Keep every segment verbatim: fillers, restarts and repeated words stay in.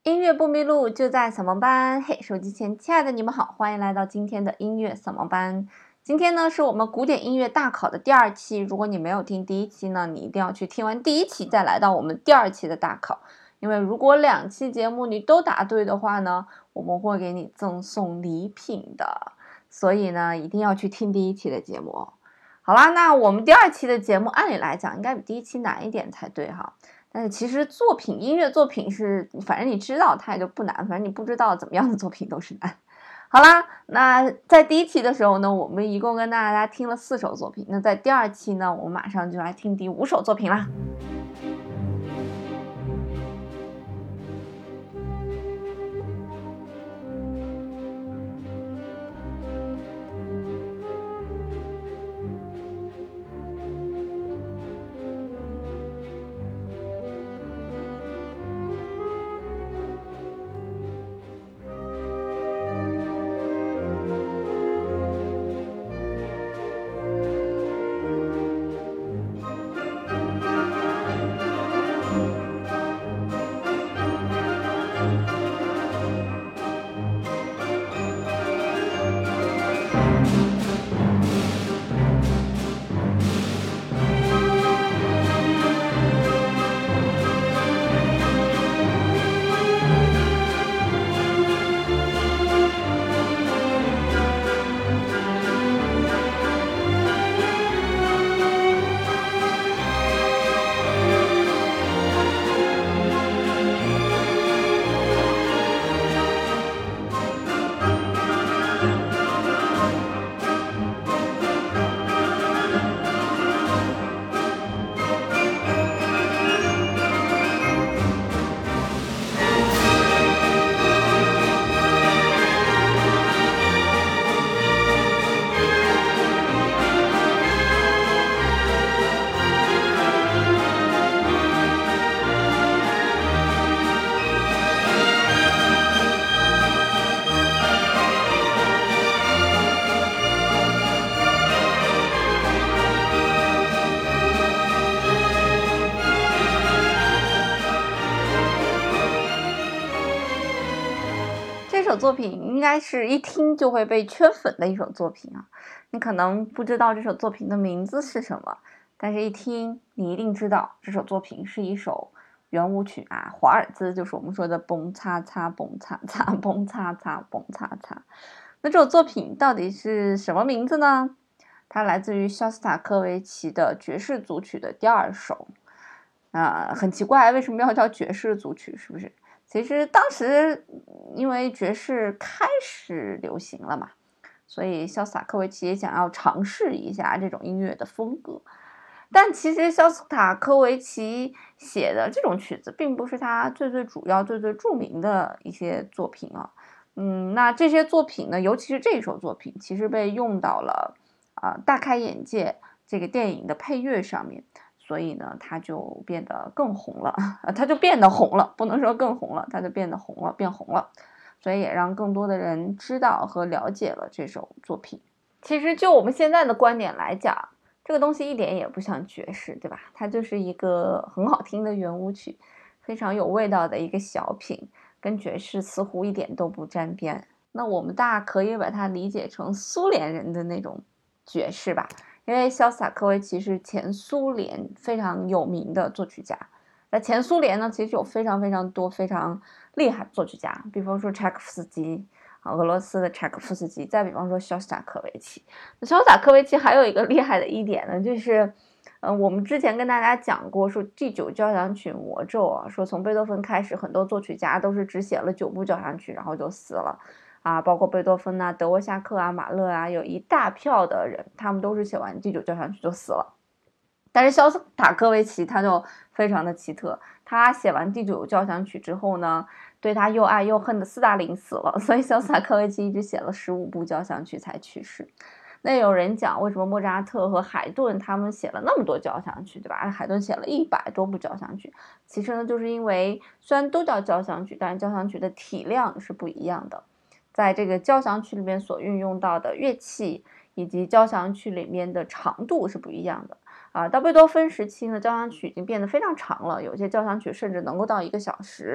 音乐不迷路，就在扫盲班。嘿，手机前亲爱的你们好，欢迎来到今天的音乐扫盲班。今天呢是我们古典音乐大考的第二期，如果你没有听第一期呢，你一定要去听完第一期再来到我们第二期的大考，因为如果两期节目你都答对的话呢，我们会给你赠送礼品的，所以呢一定要去听第一期的节目。好啦，那我们第二期的节目按理来讲应该比第一期难一点才对哈，但是其实作品音乐作品是反正你知道它也就不难，反正你不知道怎么样的作品都是难。好啦，那在第一期的时候呢，我们一共跟大家听了四首作品，那在第二期呢，我们马上就来听第五首作品啦。这首作品应该是一听就会被圈粉的一首作品啊！你可能不知道这首作品的名字是什么，但是一听你一定知道这首作品是一首圆舞曲啊，华尔兹就是我们说的蹦擦擦蹦擦擦蹦擦擦蹦擦擦。那这首作品到底是什么名字呢？它来自于肖斯塔科维奇的爵士组曲的第二首。啊、呃，很奇怪，为什么要叫爵士组曲？是不是？其实当时因为爵士开始流行了嘛，所以肖斯塔科维奇也想要尝试一下这种音乐的风格。但其实肖斯塔科维奇写的这种曲子并不是他最最主要、最最著名的一些作品啊。嗯，那这些作品呢，尤其是这首作品，其实被用到了啊、呃《大开眼界》这个电影的配乐上面。所以呢，它就变得更红了，它就变得红了，不能说更红了，它就变得红了，变红了，所以也让更多的人知道和了解了这首作品。其实就我们现在的观点来讲，这个东西一点也不像爵士，对吧？它就是一个很好听的圆舞曲，非常有味道的一个小品，跟爵士似乎一点都不沾边。那我们大可以把它理解成苏联人的那种爵士吧。因为肖斯塔科维奇是前苏联非常有名的作曲家，那前苏联呢，其实有非常非常多非常厉害的作曲家，比方说柴可夫斯基啊，俄罗斯的柴可夫斯基，再比方说肖斯塔科维奇。那肖斯塔科维奇还有一个厉害的一点呢，就是，呃，我们之前跟大家讲过，说第九交响曲魔咒啊，说从贝多芬开始，很多作曲家都是只写了九部交响曲，然后就死了。啊，包括贝多芬啊、德沃夏克啊、马勒啊，有一大票的人，他们都是写完第九交响曲就死了。但是肖斯塔科维奇他就非常的奇特，他写完第九交响曲之后呢，对他又爱又恨的斯大林死了，所以肖斯塔科维奇一直写了十五部交响曲才去世。那有人讲为什么莫扎特和海顿他们写了那么多交响曲，对吧？海顿写了一百多部交响曲，其实呢，就是因为虽然都叫交响曲，但是交响曲的体量是不一样的。在这个交响曲里面所运用到的乐器以及交响曲里面的长度是不一样的啊。到贝多芬时期呢，交响曲已经变得非常长了，有些交响曲甚至能够到一个小时，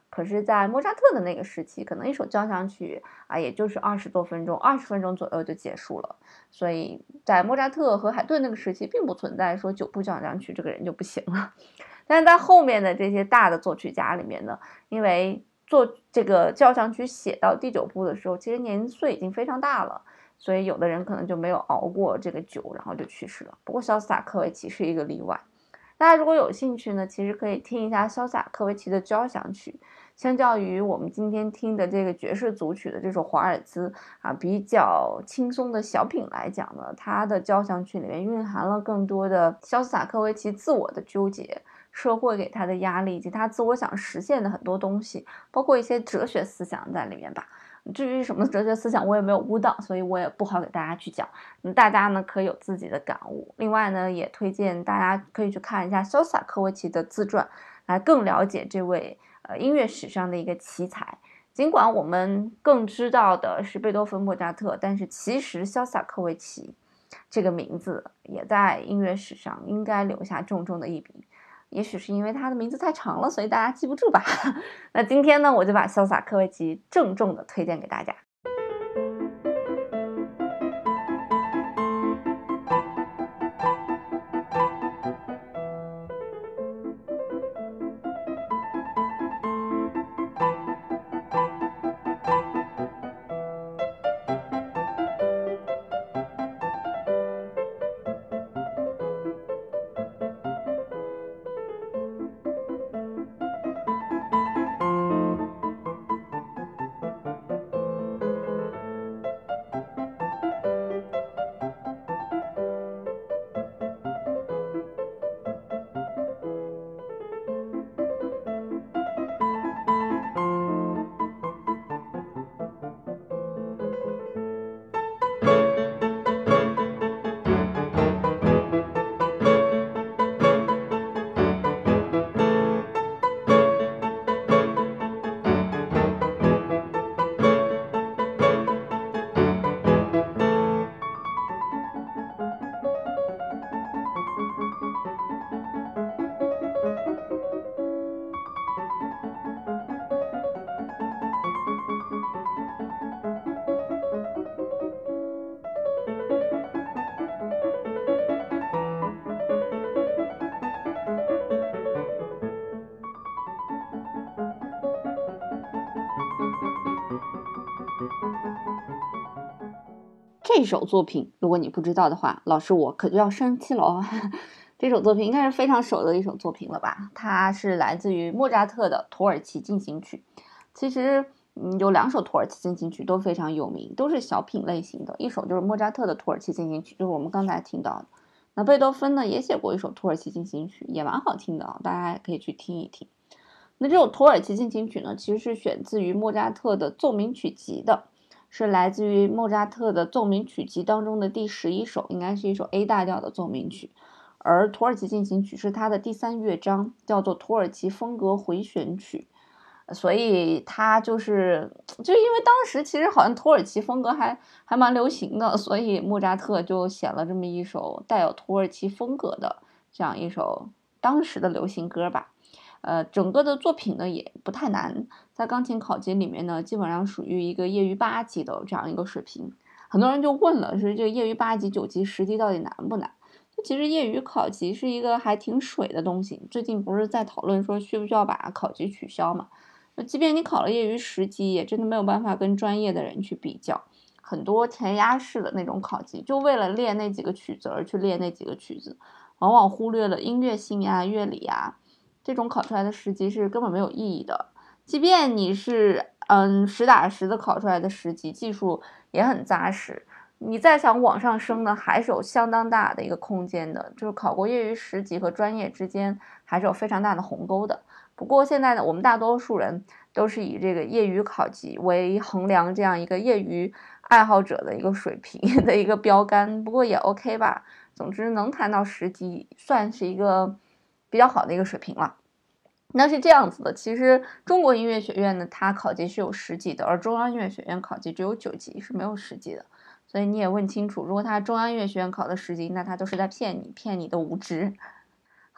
可是在莫扎特的那个时期，可能一首交响曲啊，也就是二十多分钟，二十分钟左右就结束了。所以在莫扎特和海顿那个时期，并不存在说九部交响曲这个人就不行了。但是在后面的这些大的作曲家里面呢，因为做这个交响曲写到第九部的时候，其实年岁已经非常大了，所以有的人可能就没有熬过这个酒，然后就去世了。不过肖斯塔科维奇是一个例外。大家如果有兴趣呢，其实可以听一下肖斯塔科维奇的交响曲，相较于我们今天听的这个爵士组曲的这首华尔兹啊，比较轻松的小品来讲呢，他的交响曲里面蕴含了更多的肖斯塔科维奇自我的纠结，社会给他的压力，以及他自我想实现的很多东西，包括一些哲学思想在里面吧。至于什么哲学思想我也没有悟到，所以我也不好给大家去讲，大家呢可以有自己的感悟。另外呢，也推荐大家可以去看一下肖斯塔科维奇的自传，来更了解这位呃音乐史上的一个奇才。尽管我们更知道的是贝多芬、莫扎特，但是其实肖斯塔科维奇这个名字也在音乐史上应该留下重重的一笔。也许是因为他的名字太长了，所以大家记不住吧。那今天呢，我就把肖斯塔科维奇郑重的推荐给大家。这首作品如果你不知道的话，老师我可就要生气了哦。这首作品应该是非常熟的一首作品了吧，它是来自于莫扎特的土耳其进行曲。其实嗯，有两首土耳其进行曲都非常有名，都是小品类型的，一首就是莫扎特的土耳其进行曲，就是我们刚才听到的。那贝多芬呢也写过一首土耳其进行曲，也蛮好听的啊，大家可以去听一听。那这首土耳其进行曲呢，其实是选自于莫扎特的奏鸣曲集的，是来自于莫扎特的奏鸣曲集当中的第十一首，应该是一首 A 大调的奏鸣曲。而土耳其进行曲是它的第三乐章，叫做土耳其风格回旋曲。所以它就是就因为当时其实好像土耳其风格还还蛮流行的，所以莫扎特就写了这么一首带有土耳其风格的这样一首当时的流行歌吧。呃，整个的作品呢也不太难，在钢琴考级里面呢，基本上属于一个业余八级的这样一个水平。很多人就问了，是这个业余八级、九级、十级到底难不难？其实业余考级是一个还挺水的东西。最近不是在讨论说需不需要把考级取消嘛？即便你考了业余十级，也真的没有办法跟专业的人去比较。很多填鸭式的那种考级，就为了练那几个曲子而去练那几个曲子，往往忽略了音乐性啊、乐理啊。这种考出来的十级是根本没有意义的。即便你是嗯实打实的考出来的十级，技术也很扎实，你再想往上升呢，还是有相当大的一个空间的。就是考过业余十级和专业之间还是有非常大的鸿沟的。不过现在呢，我们大多数人都是以这个业余考级为衡量这样一个业余爱好者的一个水平的一个标杆。不过也 OK 吧。总之能谈到十级，算是一个比较好的一个水平了。那是这样子的，其实中国音乐学院呢，它考级是有十级的，而中央音乐学院考级只有九级，是没有十级的。所以你也问清楚，如果他中央音乐学院考的十级，那他都是在骗你，骗你的无知。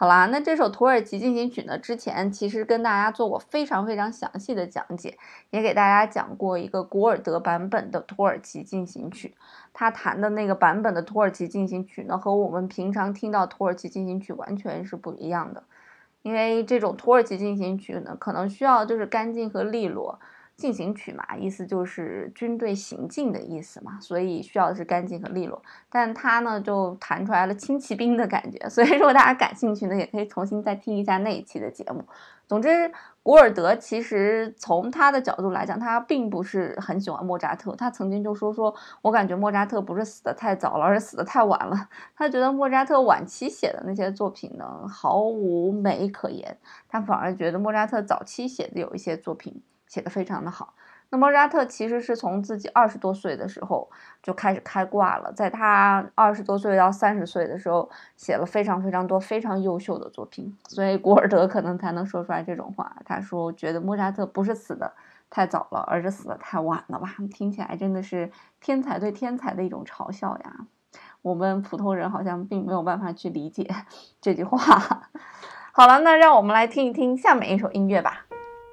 好啦，那这首土耳其进行曲呢，之前其实跟大家做过非常非常详细的讲解，也给大家讲过一个古尔德版本的土耳其进行曲。他弹的那个版本的土耳其进行曲呢，和我们平常听到土耳其进行曲完全是不一样的。因为这种土耳其进行曲呢，可能需要就是干净和利落。进行曲嘛，意思就是军队行进的意思嘛，所以需要的是干净和利落。但他呢就弹出来了轻骑兵的感觉，所以如果大家感兴趣呢，也可以重新再听一下那一期的节目。总之，古尔德其实从他的角度来讲，他并不是很喜欢莫扎特。他曾经就说说，我感觉莫扎特不是死得太早了，而是死得太晚了。他觉得莫扎特晚期写的那些作品呢，毫无美可言，他反而觉得莫扎特早期写的有一些作品写得非常的好。那莫扎特其实是从自己二十多岁的时候就开始开挂了，在他二十多岁到三十岁的时候，写了非常非常多非常优秀的作品，所以古尔德可能才能说出来这种话。他说觉得莫扎特不是死的太早了，而是死的太晚了吧？听起来真的是天才对天才的一种嘲笑呀。我们普通人好像并没有办法去理解这句话。好了，那让我们来听一听下面一首音乐吧。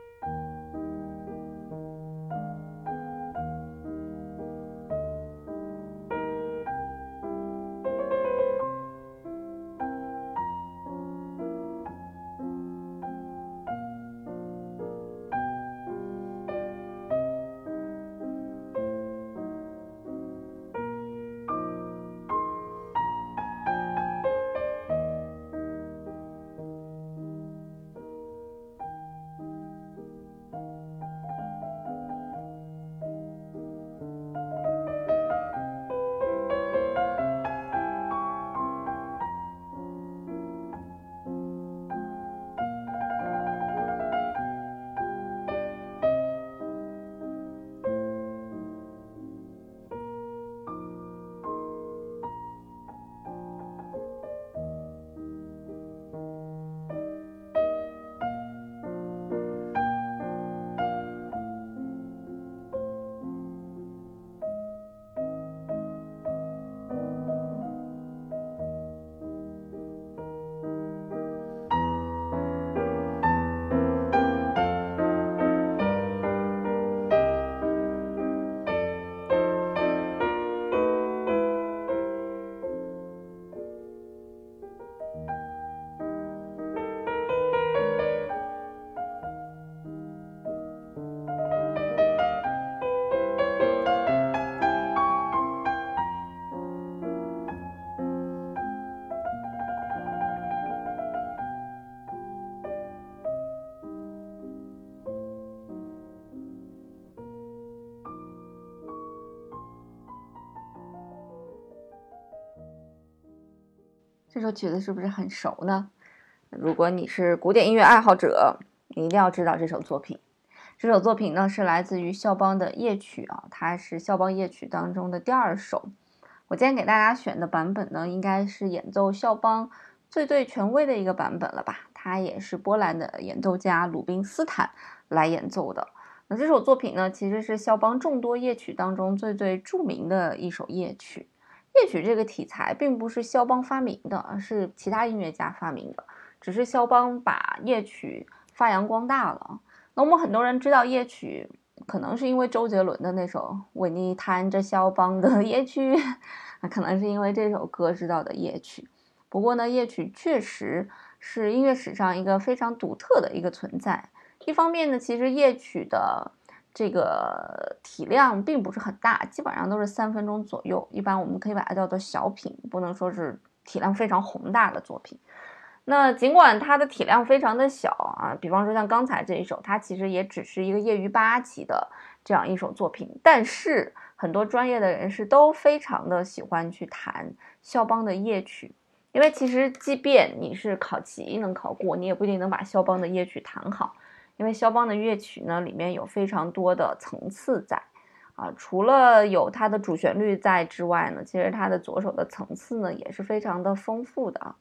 这首曲子是不是很熟呢？如果你是古典音乐爱好者，你一定要知道这首作品。这首作品呢是来自于肖邦的夜曲啊，它是肖邦夜曲当中的第二首。我今天给大家选的版本呢，应该是演奏肖邦最最权威的一个版本了吧？它也是波兰的演奏家鲁宾斯坦来演奏的。那这首作品呢，其实是肖邦众多夜曲当中最最著名的一首夜曲。夜曲这个题材并不是肖邦发明的，而是其他音乐家发明的，只是肖邦把夜曲发扬光大了。那我们很多人知道夜曲，可能是因为周杰伦的那首《为你弹着肖邦的夜曲》，可能是因为这首歌知道的夜曲。不过呢，夜曲确实是音乐史上一个非常独特的一个存在。一方面呢，其实夜曲的这个体量并不是很大，基本上都是三分钟左右，一般我们可以把它叫做小品，不能说是体量非常宏大的作品。那尽管它的体量非常的小啊，比方说像刚才这一首，它其实也只是一个业余八级的这样一首作品，但是很多专业的人士都非常的喜欢去弹肖邦的夜曲，因为其实即便你是考级能考过，你也不一定能把肖邦的夜曲弹好。因为肖邦的乐曲呢，里面有非常多的层次在啊，除了有它的主旋律在之外呢，其实它的左手的层次呢也是非常的丰富的啊，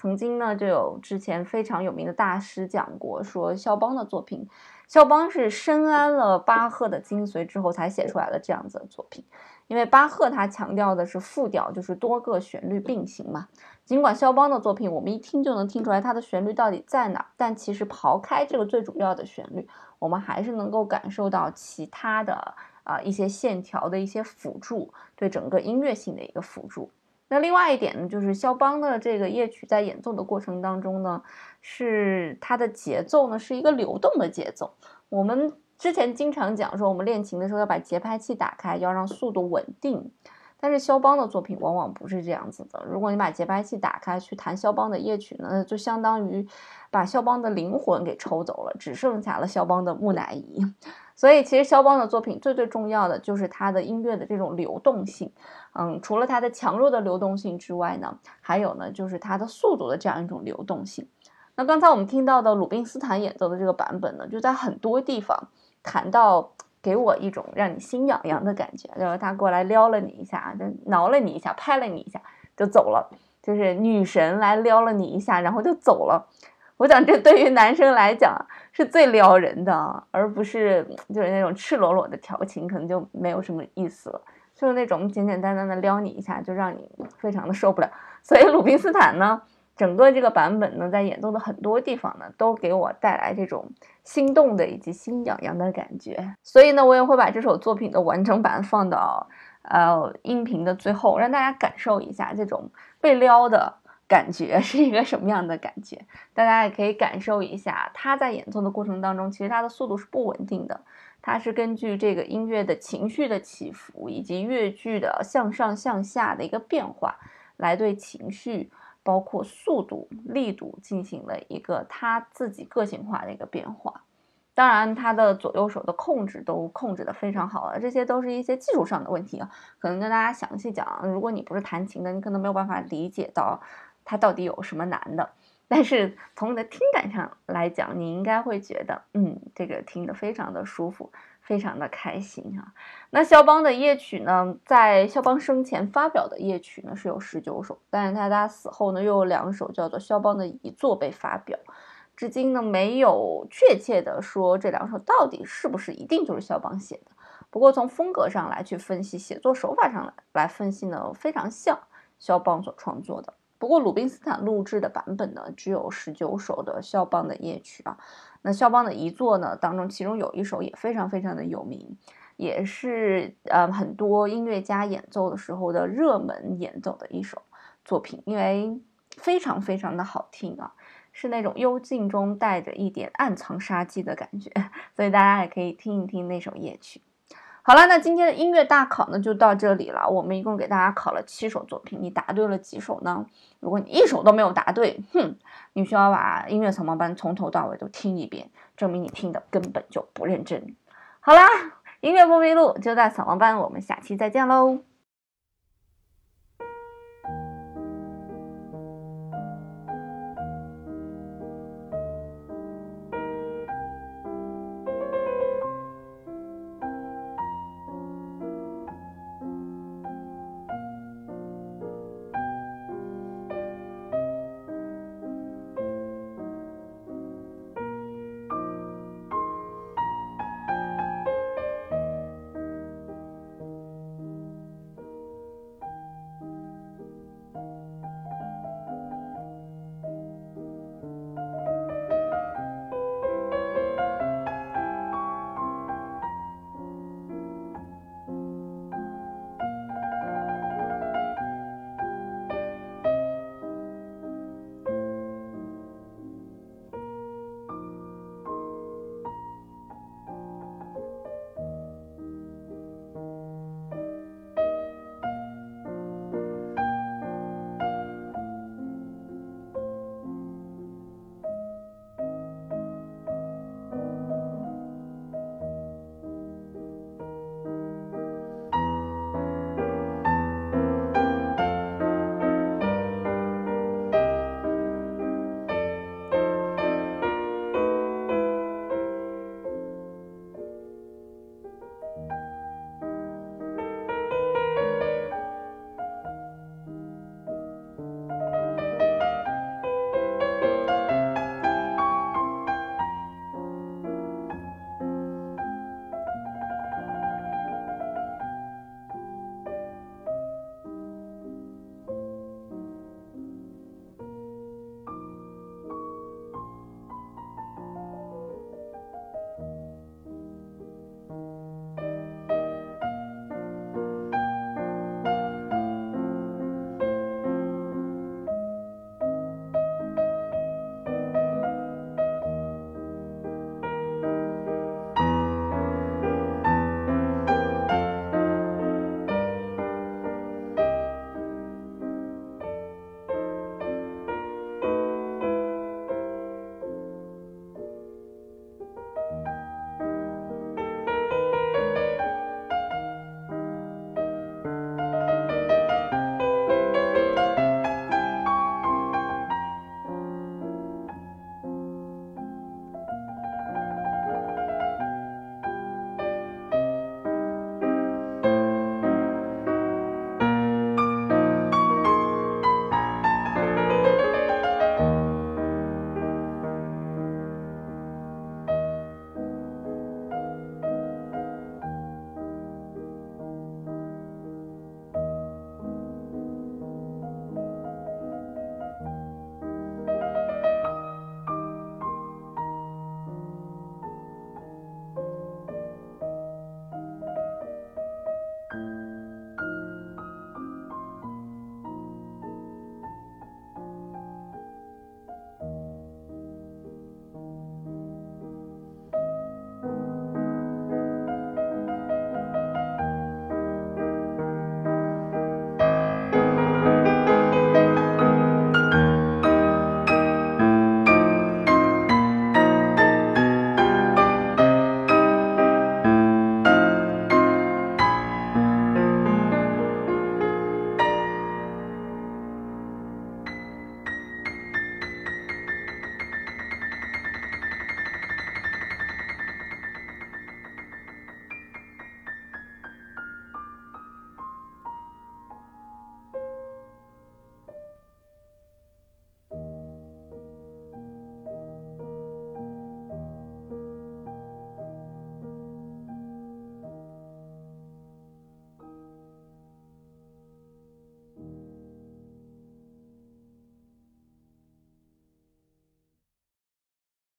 曾经呢就有之前非常有名的大师讲过，说肖邦的作品，肖邦是深谙了巴赫的精髓之后才写出来了这样子的作品。因为巴赫他强调的是复调，就是多个旋律并行嘛。尽管肖邦的作品我们一听就能听出来它的旋律到底在哪，但其实刨开这个最主要的旋律，我们还是能够感受到其他的啊、呃、一些线条的一些辅助，对整个音乐性的一个辅助。那另外一点呢，就是肖邦的这个夜曲在演奏的过程当中呢，是它的节奏呢是一个流动的节奏。我们之前经常讲说，我们练琴的时候要把节拍器打开，要让速度稳定。但是肖邦的作品往往不是这样子的。如果你把节拍器打开去弹肖邦的夜曲呢，就相当于把肖邦的灵魂给抽走了，只剩下了肖邦的木乃伊。所以其实肖邦的作品最最重要的就是它的音乐的这种流动性。嗯，除了它的强弱的流动性之外呢，还有呢就是它的速度的这样一种流动性。那刚才我们听到的鲁宾斯坦演奏的这个版本呢，就在很多地方弹到给我一种让你心痒痒的感觉，就是他过来撩了你一下，就挠了你一下，拍了你一下就走了，就是女神来撩了你一下然后就走了。我想这对于男生来讲是最撩人的，而不是就是那种赤裸裸的调情，可能就没有什么意思了，就是那种简简单单的撩你一下就让你非常的受不了。所以鲁宾斯坦呢，整个这个版本呢，在演奏的很多地方呢，都给我带来这种心动的以及心痒痒的感觉。所以呢，我也会把这首作品的完整版放到呃音频的最后，让大家感受一下这种被撩的感觉是一个什么样的感觉。大家也可以感受一下，他在演奏的过程当中，其实他的速度是不稳定的，它是根据这个音乐的情绪的起伏以及乐句的向上向下的一个变化，来对情绪包括速度力度进行了一个他自己个性化的一个变化。当然他的左右手的控制都控制得非常好了，这些都是一些技术上的问题啊，可能跟大家详细讲，如果你不是弹琴的，你可能没有办法理解到它到底有什么难的。但是从你的听感上来讲，你应该会觉得嗯，这个听得非常的舒服，非常的开心啊。那肖邦的夜曲呢，在肖邦生前发表的夜曲呢是有十九首，但是他他死后呢又有两首叫做肖邦的遗作被发表，至今呢没有确切的说这两首到底是不是一定就是肖邦写的。不过从风格上来去分析，写作手法上来来分析呢，非常像肖邦所创作的。不过鲁宾斯坦录制的版本呢，只有十九首的肖邦的夜曲啊。那肖邦的遗作呢当中，其中有一首也非常非常的有名，也是呃很多音乐家演奏的时候的热门演奏的一首作品，因为非常非常的好听啊，是那种幽静中带着一点暗藏杀机的感觉，所以大家也可以听一听那首夜曲。好了，那今天的音乐大考呢就到这里了。我们一共给大家考了七首作品，你答对了几首呢？如果你一首都没有答对，哼，你需要把音乐草帽班从头到尾都听一遍，证明你听的根本就不认真。好啦，音乐不迷路就在草帽班，我们下期再见喽。